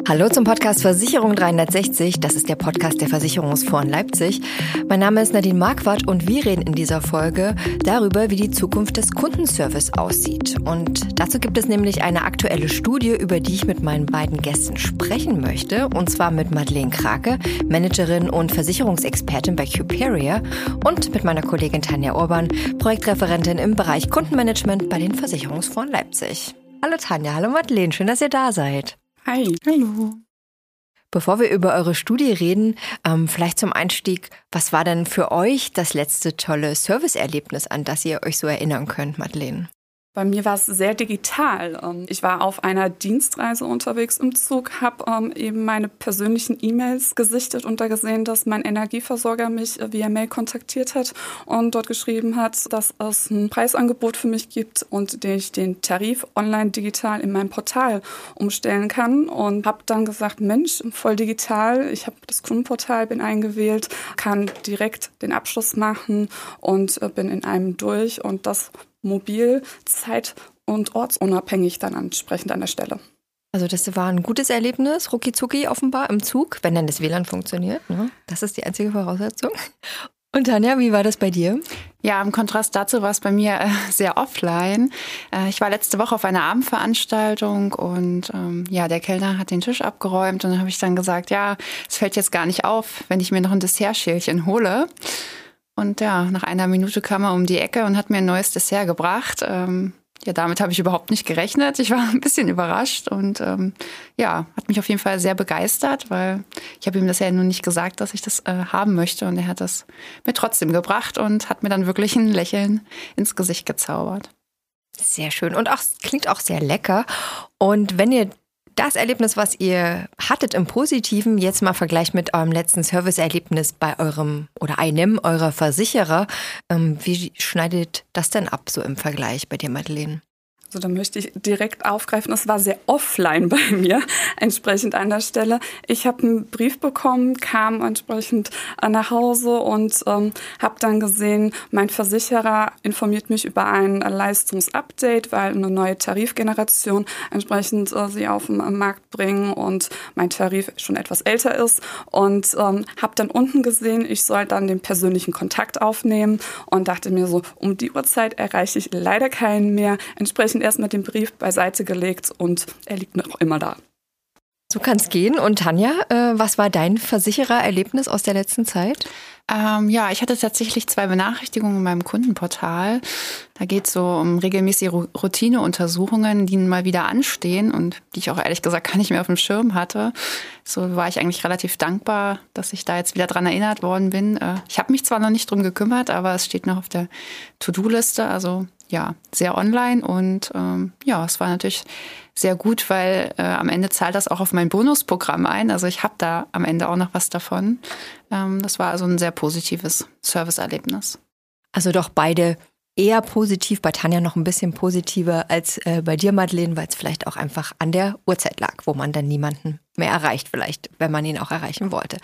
Hallo zum Podcast Versicherung 360. Das ist der Podcast der Versicherungsfonds Leipzig. Mein Name ist Nadine Marquardt und wir reden in dieser Folge darüber, wie die Zukunft des Kundenservice aussieht. Und dazu gibt es nämlich eine aktuelle Studie, über die ich mit meinen beiden Gästen sprechen möchte. Und zwar mit Madeleine Krake, Managerin und Versicherungsexpertin bei Cuperia, und mit meiner Kollegin Tanja Urban, Projektreferentin im Bereich Kundenmanagement bei den Versicherungsfonds Leipzig. Hallo Tanja, hallo Madeleine, schön, dass ihr da seid. Hi. Hallo. Bevor wir über eure Studie reden, vielleicht zum Einstieg, was war denn für euch das letzte tolle Serviceerlebnis, an das ihr euch so erinnern könnt, Madeleine? Bei mir war es sehr digital. Ich war auf einer Dienstreise unterwegs im Zug, habe eben meine persönlichen E-Mails gesichtet und da gesehen, dass mein Energieversorger mich via Mail kontaktiert hat und dort geschrieben hat, dass es ein Preisangebot für mich gibt und ich den Tarif online digital in meinem Portal umstellen kann. Und habe dann gesagt, Mensch, voll digital. Ich habe das Kundenportal, bin eingewählt, kann direkt den Abschluss machen und bin in einem durch und das mobil, zeit- und ortsunabhängig dann entsprechend an der Stelle. Also das war ein gutes Erlebnis, rucki-zucki offenbar im Zug, wenn dann das WLAN funktioniert. Ne? Das ist die einzige Voraussetzung. Und Tanja, wie war das bei dir? Ja, im Kontrast dazu war es bei mir sehr offline. Ich war letzte Woche auf einer Abendveranstaltung und der Kellner hat den Tisch abgeräumt und dann habe ich dann gesagt, ja, es fällt jetzt gar nicht auf, wenn ich mir noch ein Dessertschälchen hole. Und ja, nach einer Minute kam er um die Ecke und hat mir ein neues Dessert gebracht. Damit habe ich überhaupt nicht gerechnet. Ich war ein bisschen überrascht und hat mich auf jeden Fall sehr begeistert, weil ich habe ihm das ja nun nicht gesagt, dass ich das haben möchte. Und er hat das mir trotzdem gebracht und hat mir dann wirklich ein Lächeln ins Gesicht gezaubert. Sehr schön und auch klingt auch sehr lecker. Und wenn ihr das Erlebnis, was ihr hattet im Positiven, jetzt mal vergleicht mit eurem letzten Serviceerlebnis bei eurem oder einem eurer Versicherer. Wie schneidet das denn ab, so im Vergleich bei dir, Madeleine? Also da möchte ich direkt aufgreifen, es war sehr offline bei mir, entsprechend an der Stelle. Ich habe einen Brief bekommen, kam entsprechend nach Hause und habe dann gesehen, mein Versicherer informiert mich über ein Leistungsupdate, weil eine neue Tarifgeneration entsprechend sie auf den Markt bringen und mein Tarif schon etwas älter ist. Und habe dann unten gesehen, ich soll dann den persönlichen Kontakt aufnehmen und dachte mir so, um die Uhrzeit erreiche ich leider keinen mehr. Entsprechend erst mit dem Brief beiseite gelegt und er liegt noch immer da. So kann es gehen. Und Tanja, was war dein Versicherererlebnis aus der letzten Zeit? Ich hatte tatsächlich 2 Benachrichtigungen in meinem Kundenportal. Da geht es so um regelmäßige Routineuntersuchungen, die mal wieder anstehen und die ich auch ehrlich gesagt gar nicht mehr auf dem Schirm hatte. So war ich eigentlich relativ dankbar, dass ich da jetzt wieder dran erinnert worden bin. Ich habe mich zwar noch nicht drum gekümmert, aber es steht noch auf der To-Do-Liste, also ja, sehr online und es war natürlich sehr gut, weil am Ende zahlt das auch auf mein Bonusprogramm ein. Also ich habe da am Ende auch noch was davon. Das war also ein sehr positives Serviceerlebnis. Also doch beide eher positiv, bei Tanja noch ein bisschen positiver als bei dir, Madeleine, weil es vielleicht auch einfach an der Uhrzeit lag, wo man dann niemanden mehr erreicht, vielleicht, wenn man ihn auch erreichen wollte.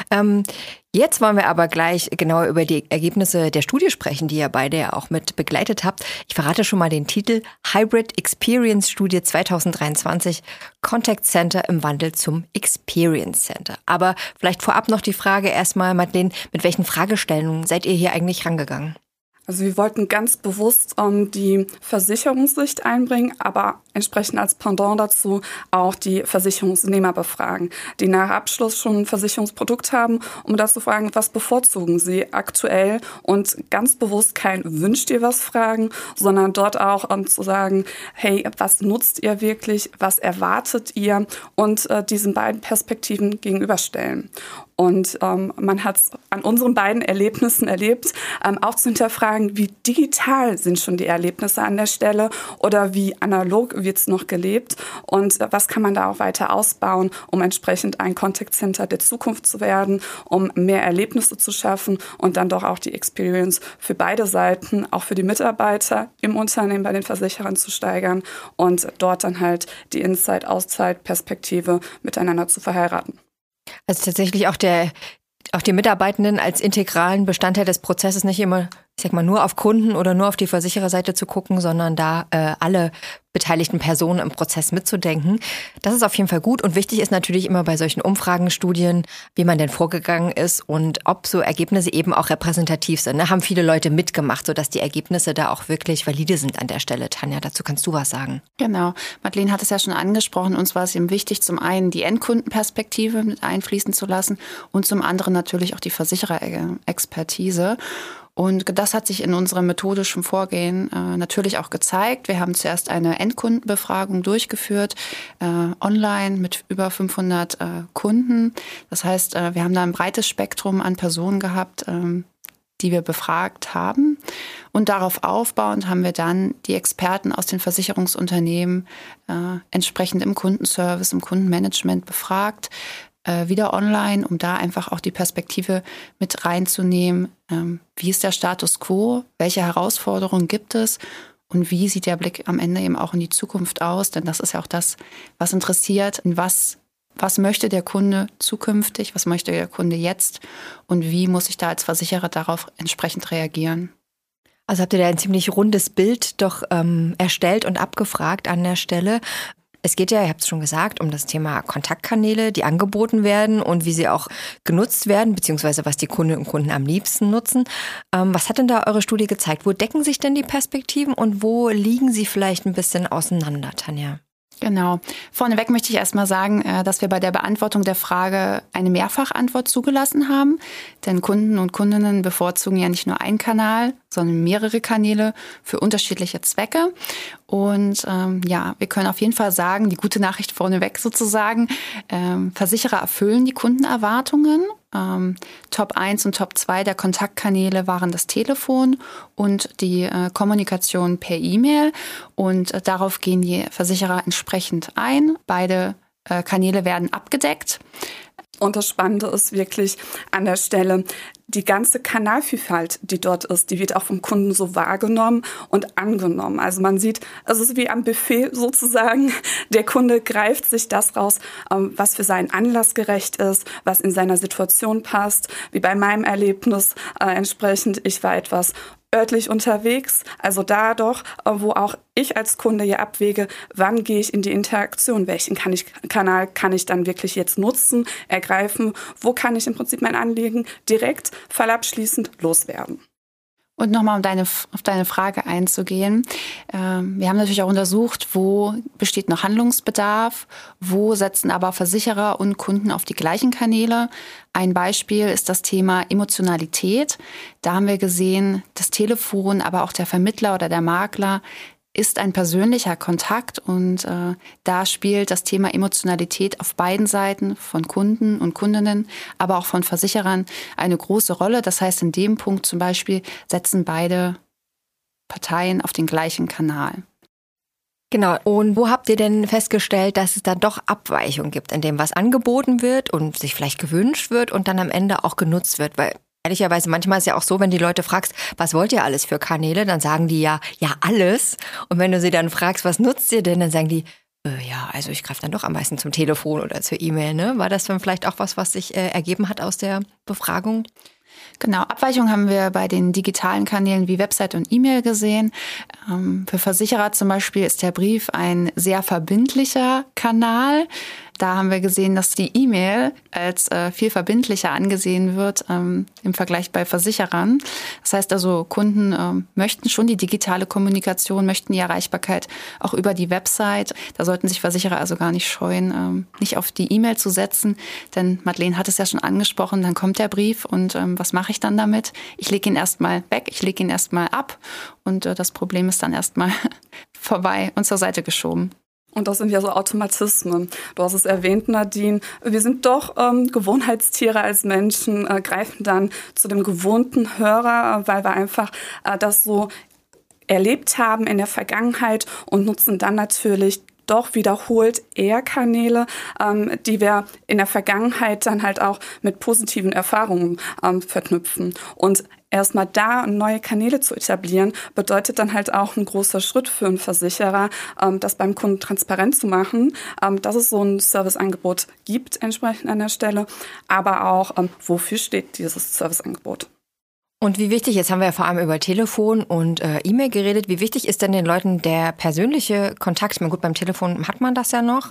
Jetzt wollen wir aber gleich genauer über die Ergebnisse der Studie sprechen, die ihr beide ja auch mit begleitet habt. Ich verrate schon mal den Titel: Hybrid Experience Studie 2023, Contact Center im Wandel zum Experience Center. Aber vielleicht vorab noch die Frage erstmal, Madeleine, mit welchen Fragestellungen seid ihr hier eigentlich rangegangen? Also wir wollten ganz bewusst die Versicherungssicht einbringen, aber entsprechend als Pendant dazu auch die Versicherungsnehmer befragen, die nach Abschluss schon ein Versicherungsprodukt haben, um das zu fragen, was bevorzugen sie aktuell, und ganz bewusst kein wünscht ihr was fragen, sondern dort auch zu sagen, hey, was nutzt ihr wirklich, was erwartet ihr, und diesen beiden Perspektiven gegenüberstellen. Und man hat es an unseren beiden Erlebnissen erlebt, auch zu hinterfragen, wie digital sind schon die Erlebnisse an der Stelle oder wie analog wird es noch gelebt und was kann man da auch weiter ausbauen, um entsprechend ein Contact Center der Zukunft zu werden, um mehr Erlebnisse zu schaffen und dann doch auch die Experience für beide Seiten, auch für die Mitarbeiter im Unternehmen bei den Versicherern zu steigern und dort dann halt die Inside-Outside-Perspektive miteinander zu verheiraten. Also tatsächlich auch die Mitarbeitenden als integralen Bestandteil des Prozesses, nicht immer ich sag mal, nur auf Kunden oder nur auf die Versichererseite zu gucken, sondern da alle beteiligten Personen im Prozess mitzudenken. Das ist auf jeden Fall gut und wichtig ist natürlich immer bei solchen Umfragen, Studien, wie man denn vorgegangen ist und ob so Ergebnisse eben auch repräsentativ sind. Ne? Haben viele Leute mitgemacht, sodass die Ergebnisse da auch wirklich valide sind an der Stelle. Tanja, dazu kannst du was sagen. Genau. Madeleine hat es ja schon angesprochen. Uns war es eben wichtig, zum einen die Endkundenperspektive mit einfließen zu lassen und zum anderen natürlich auch die Versichererexpertise. Und das hat sich in unserem methodischen Vorgehen natürlich auch gezeigt. Wir haben zuerst eine Endkundenbefragung durchgeführt, online mit über 500 Kunden. Das heißt, wir haben da ein breites Spektrum an Personen gehabt, die wir befragt haben. Und darauf aufbauend haben wir dann die Experten aus den Versicherungsunternehmen entsprechend im Kundenservice, im Kundenmanagement befragt, wieder online, um da einfach auch die Perspektive mit reinzunehmen. Wie ist der Status quo? Welche Herausforderungen gibt es? Und wie sieht der Blick am Ende eben auch in die Zukunft aus? Denn das ist ja auch das, was interessiert. Was möchte der Kunde zukünftig? Was möchte der Kunde jetzt? Und wie muss ich da als Versicherer darauf entsprechend reagieren? Also habt ihr da ein ziemlich rundes Bild doch erstellt und abgefragt an der Stelle. Es geht ja, ihr habt es schon gesagt, um das Thema Kontaktkanäle, die angeboten werden und wie sie auch genutzt werden, beziehungsweise was die Kundinnen und Kunden am liebsten nutzen. Was hat denn da eure Studie gezeigt? Wo decken sich denn die Perspektiven und wo liegen sie vielleicht ein bisschen auseinander, Tanja? Genau. Vorneweg möchte ich erstmal sagen, dass wir bei der Beantwortung der Frage eine Mehrfachantwort zugelassen haben. Denn Kunden und Kundinnen bevorzugen ja nicht nur einen Kanal, sondern mehrere Kanäle für unterschiedliche Zwecke. Und wir können auf jeden Fall sagen, die gute Nachricht vorneweg sozusagen, Versicherer erfüllen die Kundenerwartungen. Top 1 und Top 2 der Kontaktkanäle waren das Telefon und die Kommunikation per E-Mail. Und darauf gehen die Versicherer entsprechend ein. Beide Kanäle werden abgedeckt. Und das Spannende ist wirklich an der Stelle, die ganze Kanalvielfalt, die dort ist, die wird auch vom Kunden so wahrgenommen und angenommen. Also man sieht, es ist wie am Buffet sozusagen. Der Kunde greift sich das raus, was für seinen Anlass gerecht ist, was in seiner Situation passt. Wie bei meinem Erlebnis entsprechend, ich war etwas örtlich unterwegs, also da doch, wo auch ich als Kunde ja abwäge, wann gehe ich in die Interaktion, welchen Kanal kann ich dann wirklich jetzt nutzen, ergreifen, wo kann ich im Prinzip mein Anliegen direkt, fallabschließend loswerden. Und nochmal, auf deine Frage einzugehen. Wir haben natürlich auch untersucht, wo besteht noch Handlungsbedarf, wo setzen aber Versicherer und Kunden auf die gleichen Kanäle. Ein Beispiel ist das Thema Emotionalität. Da haben wir gesehen, das Telefon, aber auch der Vermittler oder der Makler ist ein persönlicher Kontakt und da spielt das Thema Emotionalität auf beiden Seiten von Kunden und Kundinnen, aber auch von Versicherern eine große Rolle. Das heißt, in dem Punkt zum Beispiel setzen beide Parteien auf den gleichen Kanal. Genau. Und wo habt ihr denn festgestellt, dass es da doch Abweichungen gibt, in dem was angeboten wird und sich vielleicht gewünscht wird und dann am Ende auch genutzt wird? Weil ehrlicherweise, manchmal ist es ja auch so, wenn die Leute fragst, was wollt ihr alles für Kanäle, dann sagen die ja alles. Und wenn du sie dann fragst, was nutzt ihr denn, dann sagen die, also ich greife dann doch am meisten zum Telefon oder zur E-Mail. Ne? War das dann vielleicht auch was sich ergeben hat aus der Befragung? Genau, Abweichungen haben wir bei den digitalen Kanälen wie Website und E-Mail gesehen. Für Versicherer zum Beispiel ist der Brief ein sehr verbindlicher Kanal. Da haben wir gesehen, dass die E-Mail als viel verbindlicher angesehen wird im Vergleich bei Versicherern. Das heißt also, Kunden möchten schon die digitale Kommunikation, möchten die Erreichbarkeit auch über die Website. Da sollten sich Versicherer also gar nicht scheuen, nicht auf die E-Mail zu setzen. Denn Madeleine hat es ja schon angesprochen, dann kommt der Brief und was mache ich dann damit? Ich lege ihn erstmal weg, ich lege ihn erstmal ab und das Problem ist dann erstmal vorbei und zur Seite geschoben. Und das sind ja so Automatismen. Du hast es erwähnt, Nadine. Wir sind doch Gewohnheitstiere als Menschen, greifen dann zu dem gewohnten Hörer, weil wir einfach das so erlebt haben in der Vergangenheit und nutzen dann natürlich doch wiederholt eher Kanäle, die wir in der Vergangenheit dann halt auch mit positiven Erfahrungen verknüpfen. Und erstmal da neue Kanäle zu etablieren, bedeutet dann halt auch ein großer Schritt für einen Versicherer, das beim Kunden transparent zu machen, dass es so ein Serviceangebot gibt entsprechend an der Stelle, aber auch, wofür steht dieses Serviceangebot. Und wie wichtig, jetzt haben wir ja vor allem über Telefon und E-Mail geredet, wie wichtig ist denn den Leuten der persönliche Kontakt? Ich meine, gut, beim Telefon hat man das ja noch,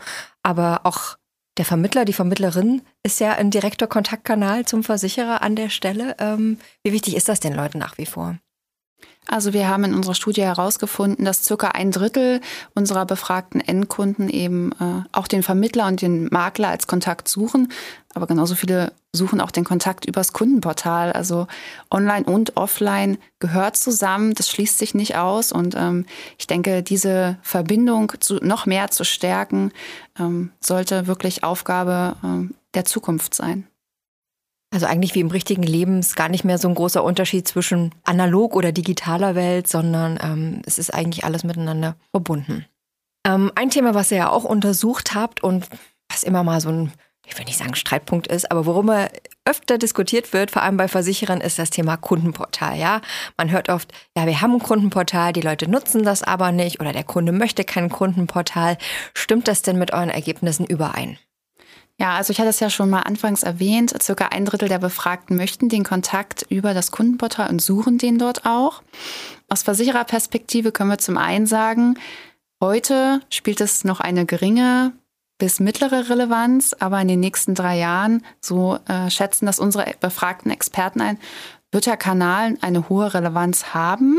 aber auch der Vermittler, die Vermittlerin ist ja ein direkter Kontaktkanal zum Versicherer an der Stelle. Wie wichtig ist das den Leuten nach wie vor? Also wir haben in unserer Studie herausgefunden, dass circa 1/3 unserer befragten Endkunden eben auch den Vermittler und den Makler als Kontakt suchen. Aber genauso viele suchen auch den Kontakt übers Kundenportal. Also online und offline gehört zusammen, das schließt sich nicht aus. Und ich denke, diese Verbindung noch mehr zu stärken, sollte wirklich Aufgabe der Zukunft sein. Also eigentlich wie im richtigen Leben ist gar nicht mehr so ein großer Unterschied zwischen analog oder digitaler Welt, sondern es ist eigentlich alles miteinander verbunden. Ein Thema, was ihr ja auch untersucht habt und was immer mal so ein, ich will nicht sagen Streitpunkt ist, aber worüber öfter diskutiert wird, vor allem bei Versicherern, ist das Thema Kundenportal. Ja, man hört oft, ja, wir haben ein Kundenportal, die Leute nutzen das aber nicht oder der Kunde möchte kein Kundenportal. Stimmt das denn mit euren Ergebnissen überein? Ja, also ich hatte es ja schon mal anfangs erwähnt, circa 1/3 der Befragten möchten den Kontakt über das Kundenportal und suchen den dort auch. Aus Versichererperspektive können wir zum einen sagen, heute spielt es noch eine geringe bis mittlere Relevanz, aber in den nächsten 3 Jahren, so schätzen das unsere befragten Experten ein, wird der Kanal eine hohe Relevanz haben.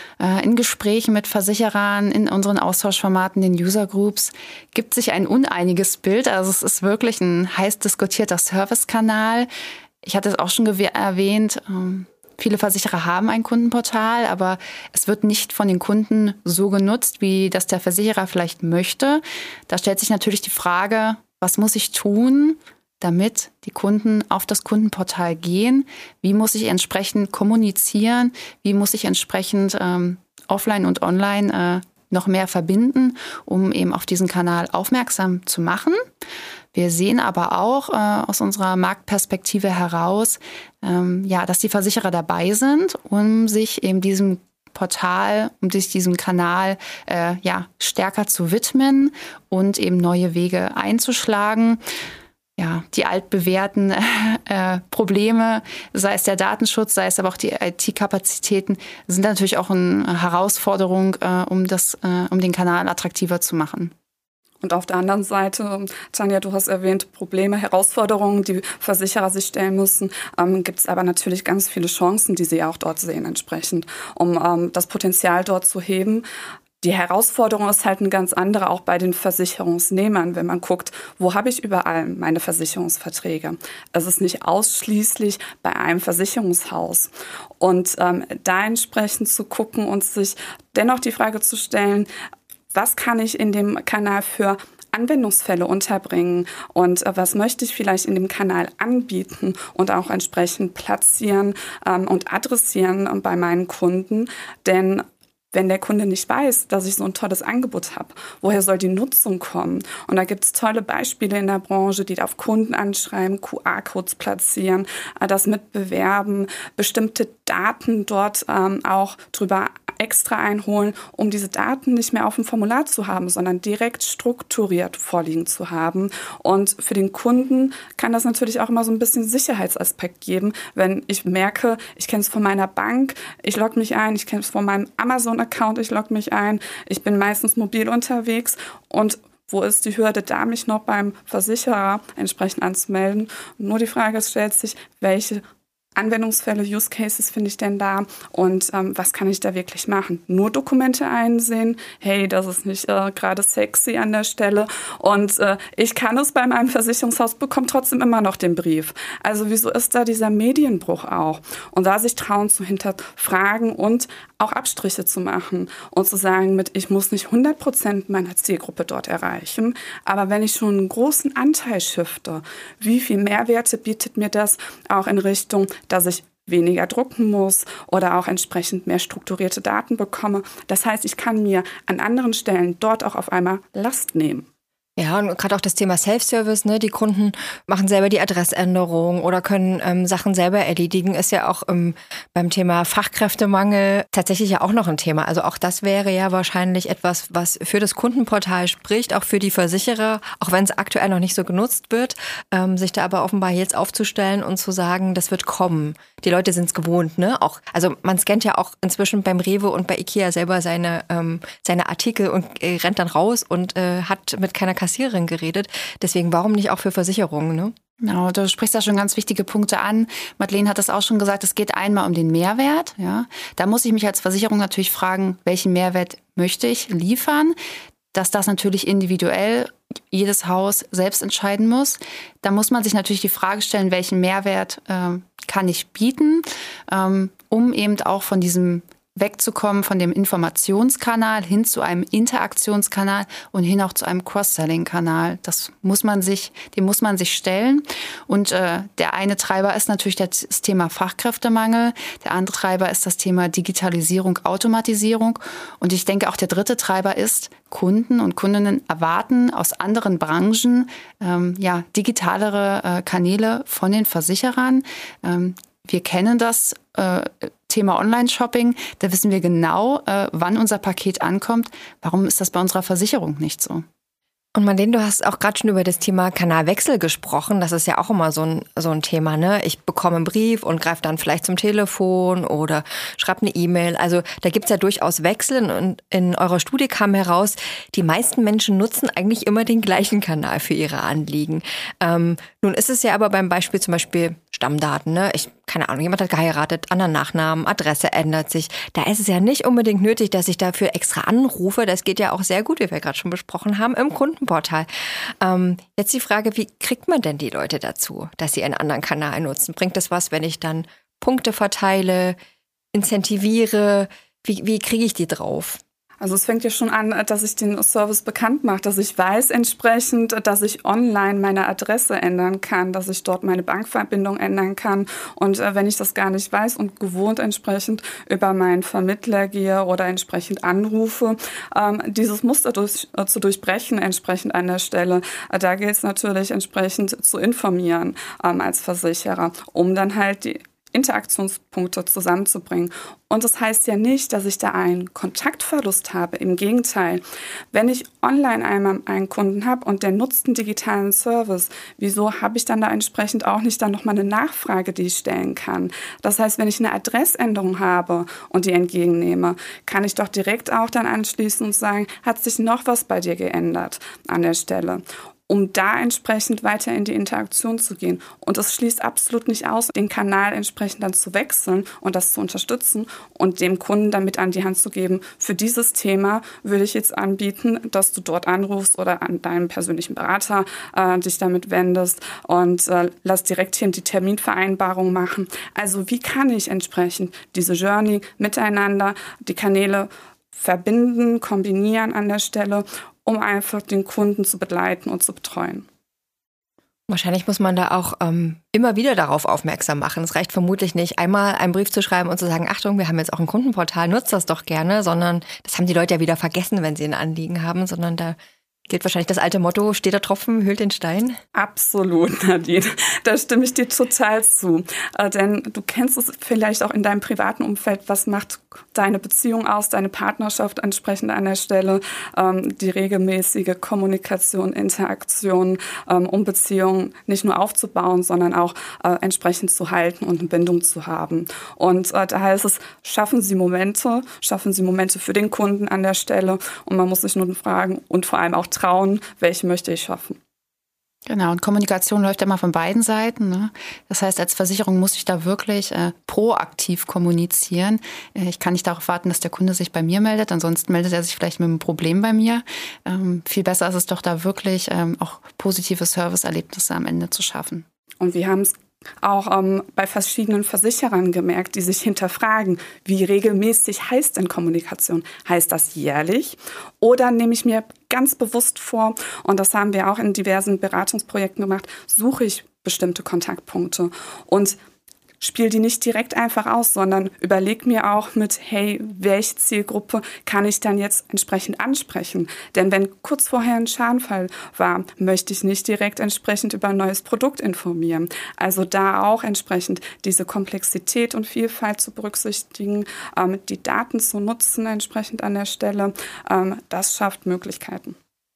In Gesprächen mit Versicherern, in unseren Austauschformaten, den User Groups, gibt sich ein uneiniges Bild. Also es ist wirklich ein heiß diskutierter Servicekanal. Ich hatte es auch schon erwähnt, viele Versicherer haben ein Kundenportal, aber es wird nicht von den Kunden so genutzt, wie das der Versicherer vielleicht möchte. Da stellt sich natürlich die Frage, was muss ich tun, damit die Kunden auf das Kundenportal gehen? Wie muss ich entsprechend kommunizieren? Wie muss ich entsprechend offline und online noch mehr verbinden, um eben auf diesen Kanal aufmerksam zu machen? Wir sehen aber auch aus unserer Marktperspektive heraus, dass die Versicherer dabei sind, um sich eben diesem Portal, um sich diesem Kanal stärker zu widmen und eben neue Wege einzuschlagen. Ja, die altbewährten Probleme, sei es der Datenschutz, sei es aber auch die IT-Kapazitäten, sind natürlich auch eine Herausforderung, um den Kanal attraktiver zu machen. Und auf der anderen Seite, Tanja, du hast erwähnt, Probleme, Herausforderungen, die Versicherer sich stellen müssen. Gibt es aber natürlich ganz viele Chancen, die sie auch dort sehen entsprechend, um das Potenzial dort zu heben. Die Herausforderung ist halt eine ganz andere, auch bei den Versicherungsnehmern, wenn man guckt, wo habe ich überall meine Versicherungsverträge. Es ist nicht ausschließlich bei einem Versicherungshaus. Und da entsprechend zu gucken und sich dennoch die Frage zu stellen, was kann ich in dem Kanal für Anwendungsfälle unterbringen und was möchte ich vielleicht in dem Kanal anbieten und auch entsprechend platzieren und adressieren bei meinen Kunden. Denn wenn der Kunde nicht weiß, dass ich so ein tolles Angebot habe, woher soll die Nutzung kommen? Und da gibt es tolle Beispiele in der Branche, die auf Kunden anschreiben, QR-Codes platzieren, das mitbewerben, bestimmte Daten dort auch drüber extra einholen, um diese Daten nicht mehr auf dem Formular zu haben, sondern direkt strukturiert vorliegen zu haben. Und für den Kunden kann das natürlich auch immer so ein bisschen Sicherheitsaspekt geben, wenn ich merke, ich kenne es von meiner Bank, ich logge mich ein, ich kenne es von meinem Amazon-Account, ich logge mich ein, ich bin meistens mobil unterwegs und wo ist die Hürde, da mich noch beim Versicherer entsprechend anzumelden? Nur die Frage stellt sich, welche Anwendungsfälle, Use Cases finde ich denn da und was kann ich da wirklich machen? Nur Dokumente einsehen, hey, das ist nicht gerade sexy an der Stelle und ich kann es bei meinem Versicherungshaus, bekomme trotzdem immer noch den Brief. Also wieso ist da dieser Medienbruch auch? Und da sich trauen zu hinterfragen und auch Abstriche zu machen und zu sagen, ich muss nicht 100% meiner Zielgruppe dort erreichen, aber wenn ich schon einen großen Anteil shifte, wie viel Mehrwerte bietet mir das auch in Richtung, dass ich weniger drucken muss oder auch entsprechend mehr strukturierte Daten bekomme. Das heißt, ich kann mir an anderen Stellen dort auch auf einmal Last nehmen. Ja, und gerade auch das Thema Self-Service, ne? Die Kunden machen selber die Adressänderung oder können Sachen selber erledigen, ist ja auch beim Thema Fachkräftemangel tatsächlich ja auch noch ein Thema. Also auch das wäre ja wahrscheinlich etwas, was für das Kundenportal spricht, auch für die Versicherer, auch wenn es aktuell noch nicht so genutzt wird, sich da aber offenbar jetzt aufzustellen und zu sagen, das wird kommen. Die Leute sind es gewohnt, ne? Auch, also man scannt ja auch inzwischen beim Rewe und bei Ikea selber seine Artikel und rennt dann raus und hat mit keiner Kassiererin geredet. Deswegen, warum nicht auch für Versicherungen, ne? Genau, du sprichst da schon ganz wichtige Punkte an. Madeleine hat das auch schon gesagt, es geht einmal um den Mehrwert. Ja. Da muss ich mich als Versicherung natürlich fragen, welchen Mehrwert möchte ich liefern? Dass das natürlich individuell jedes Haus selbst entscheiden muss. Da muss man sich natürlich die Frage stellen, welchen Mehrwert kann ich bieten, um eben auch von diesem wegzukommen, von dem Informationskanal hin zu einem Interaktionskanal und hin auch zu einem Cross-Selling-Kanal. Dem muss man sich stellen. Und der eine Treiber ist natürlich das Thema Fachkräftemangel. Der andere Treiber ist das Thema Digitalisierung, Automatisierung. Und ich denke, auch der dritte Treiber ist, Kunden und Kundinnen erwarten aus anderen Branchen digitalere Kanäle von den Versicherern. Wir kennen das Thema Online-Shopping. Da wissen wir genau, wann unser Paket ankommt. Warum ist das bei unserer Versicherung nicht so? Und Madeleine, du hast auch gerade schon über das Thema Kanalwechsel gesprochen. Das ist ja auch immer so ein Thema, ne? Ich bekomme einen Brief und greife dann vielleicht zum Telefon oder schreibe eine E-Mail. Also da gibt's ja durchaus Wechsel. Und in eurer Studie kam heraus, die meisten Menschen nutzen eigentlich immer den gleichen Kanal für ihre Anliegen. Nun ist es ja aber beim Beispiel zum Beispiel Stammdaten, ne? Keine Ahnung, jemand hat geheiratet, anderen Nachnamen, Adresse ändert sich. Da ist es ja nicht unbedingt nötig, dass ich dafür extra anrufe. Das geht ja auch sehr gut, wie wir gerade schon besprochen haben, im Kundenportal. Jetzt die Frage, wie kriegt man denn die Leute dazu, dass sie einen anderen Kanal nutzen? Bringt das was, wenn ich dann Punkte verteile, incentiviere? Wie kriege ich die drauf? Also es fängt ja schon an, dass ich den Service bekannt mache, dass ich weiß entsprechend, dass ich online meine Adresse ändern kann, dass ich dort meine Bankverbindung ändern kann. Und wenn ich das gar nicht weiß und gewohnt entsprechend über meinen Vermittler gehe oder entsprechend anrufe, dieses Muster zu durchbrechen entsprechend an der Stelle, da gilt es natürlich entsprechend zu informieren als Versicherer, um dann halt die Interaktionspunkte zusammenzubringen. Und das heißt ja nicht, dass ich da einen Kontaktverlust habe. Im Gegenteil, wenn ich online einmal einen Kunden habe und der nutzt einen digitalen Service, wieso habe ich dann da entsprechend auch nicht dann nochmal eine Nachfrage, die ich stellen kann? Das heißt, wenn ich eine Adressänderung habe und die entgegennehme, kann ich doch direkt auch dann anschließen und sagen, hat sich noch was bei dir geändert an der Stelle? Um da entsprechend weiter in die Interaktion zu gehen. Und das schließt absolut nicht aus, den Kanal entsprechend dann zu wechseln und das zu unterstützen und dem Kunden damit an die Hand zu geben. Für dieses Thema würde ich jetzt anbieten, dass du dort anrufst oder an deinen persönlichen Berater dich damit wendest und lass direkt hier die Terminvereinbarung machen. Also wie kann ich entsprechend diese Journey miteinander, die Kanäle verbinden, kombinieren an der Stelle, um einfach den Kunden zu begleiten und zu betreuen. Wahrscheinlich muss man da auch immer wieder darauf aufmerksam machen. Es reicht vermutlich nicht, einmal einen Brief zu schreiben und zu sagen, Achtung, wir haben jetzt auch ein Kundenportal, nutzt das doch gerne, sondern das haben die Leute ja wieder vergessen, wenn sie ein Anliegen haben, sondern da gilt wahrscheinlich das alte Motto, steht der Tropfen, höhlt den Stein? Absolut, Nadine. Da stimme ich dir total zu. Denn du kennst es vielleicht auch in deinem privaten Umfeld. Was macht deine Beziehung aus, deine Partnerschaft entsprechend an der Stelle? Die regelmäßige Kommunikation, Interaktion, um Beziehungen nicht nur aufzubauen, sondern auch entsprechend zu halten und eine Bindung zu haben. Und da heißt es, schaffen Sie Momente für den Kunden an der Stelle. Und man muss sich nur fragen und vor allem auch trauen, welche möchte ich schaffen. Genau, und Kommunikation läuft ja immer von beiden Seiten, ne? Das heißt, als Versicherung muss ich da wirklich proaktiv kommunizieren. Ich kann nicht darauf warten, dass der Kunde sich bei mir meldet, ansonsten meldet er sich vielleicht mit einem Problem bei mir. Viel besser ist es doch da wirklich, auch positive Serviceerlebnisse am Ende zu schaffen. Und wir haben es auch bei verschiedenen Versicherern gemerkt, die sich hinterfragen, wie regelmäßig heißt denn Kommunikation? Heißt das jährlich? Oder nehme ich mir ganz bewusst vor, und das haben wir auch in diversen Beratungsprojekten gemacht, suche ich bestimmte Kontaktpunkte und spiel die nicht direkt einfach aus, sondern überleg mir auch mit, hey, welche Zielgruppe kann ich dann jetzt entsprechend ansprechen? Denn wenn kurz vorher ein Schadenfall war, möchte ich nicht direkt entsprechend über ein neues Produkt informieren. Also da auch entsprechend diese Komplexität und Vielfalt zu berücksichtigen, die Daten zu nutzen entsprechend an der Stelle, das schafft Möglichkeiten.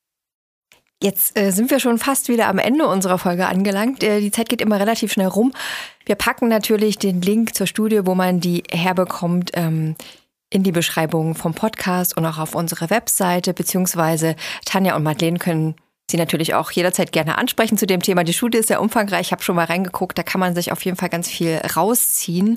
Jetzt sind wir schon fast wieder am Ende unserer Folge angelangt. Die Zeit geht immer relativ schnell rum. Wir packen natürlich den Link zur Studie, wo man die herbekommt, in die Beschreibung vom Podcast und auch auf unsere Webseite, beziehungsweise Tanja und Madeleine können Sie natürlich auch jederzeit gerne ansprechen zu dem Thema. Die Studie ist sehr umfangreich, ich habe schon mal reingeguckt, da kann man sich auf jeden Fall ganz viel rausziehen.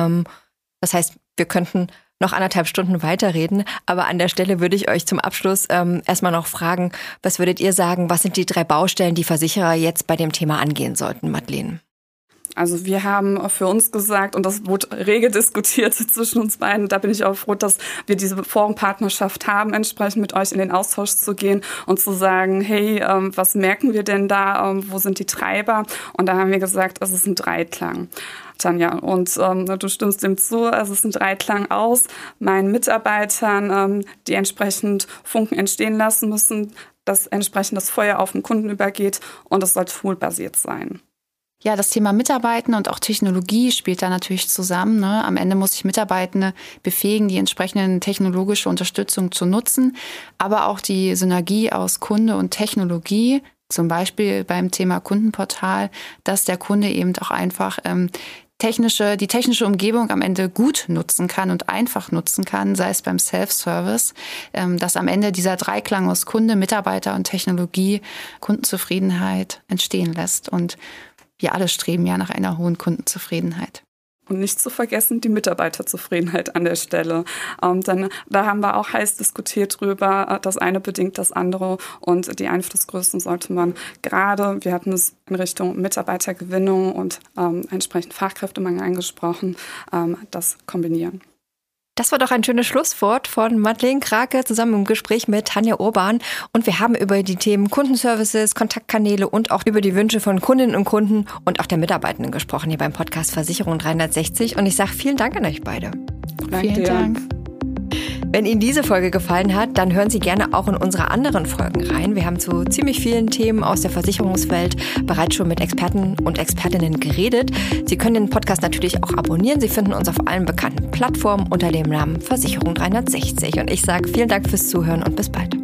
Das heißt, wir könnten noch 1,5 Stunden weiterreden. Aber an der Stelle würde ich euch zum Abschluss erstmal noch fragen, was würdet ihr sagen, was sind die 3 Baustellen, die Versicherer jetzt bei dem Thema angehen sollten, Madeleine? Also wir haben für uns gesagt, und das wurde rege diskutiert zwischen uns beiden, da bin ich auch froh, dass wir diese Forumpartnerschaft haben, entsprechend mit euch in den Austausch zu gehen und zu sagen, hey, was merken wir denn da, wo sind die Treiber? Und da haben wir gesagt, es ist ein Dreiklang. Tanja, und du stimmst dem zu, also es ist ein Dreiklang aus meinen Mitarbeitern, die entsprechend Funken entstehen lassen müssen, dass entsprechend das Feuer auf den Kunden übergeht und es soll toolbasiert sein. Ja, das Thema Mitarbeitende und auch Technologie spielt da natürlich zusammen. Ne? Am Ende muss ich Mitarbeitende befähigen, die entsprechende technologische Unterstützung zu nutzen, aber auch die Synergie aus Kunde und Technologie, zum Beispiel beim Thema Kundenportal, dass der Kunde eben auch einfach die technische Umgebung am Ende gut nutzen kann und einfach nutzen kann, sei es beim Self-Service, dass am Ende dieser Dreiklang aus Kunde, Mitarbeiter und Technologie Kundenzufriedenheit entstehen lässt. Und wir alle streben ja nach einer hohen Kundenzufriedenheit. Und nicht zu vergessen, die Mitarbeiterzufriedenheit an der Stelle. Denn da haben wir auch heiß diskutiert drüber, das eine bedingt das andere und die Einflussgrößen sollte man gerade, wir hatten es in Richtung Mitarbeitergewinnung und entsprechend Fachkräftemangel angesprochen, das kombinieren. Das war doch ein schönes Schlusswort von Madeleine Krake zusammen im Gespräch mit Tanja Urban. Und wir haben über die Themen Kundenservices, Kontaktkanäle und auch über die Wünsche von Kundinnen und Kunden und auch der Mitarbeitenden gesprochen hier beim Podcast Versicherung 360. Und ich sage vielen Dank an euch beide. Vielen Dank. Wenn Ihnen diese Folge gefallen hat, dann hören Sie gerne auch in unsere anderen Folgen rein. Wir haben zu ziemlich vielen Themen aus der Versicherungswelt bereits schon mit Experten und Expertinnen geredet. Sie können den Podcast natürlich auch abonnieren. Sie finden uns auf allen bekannten Plattformen unter dem Namen Versicherung 360. Und ich sage vielen Dank fürs Zuhören und bis bald.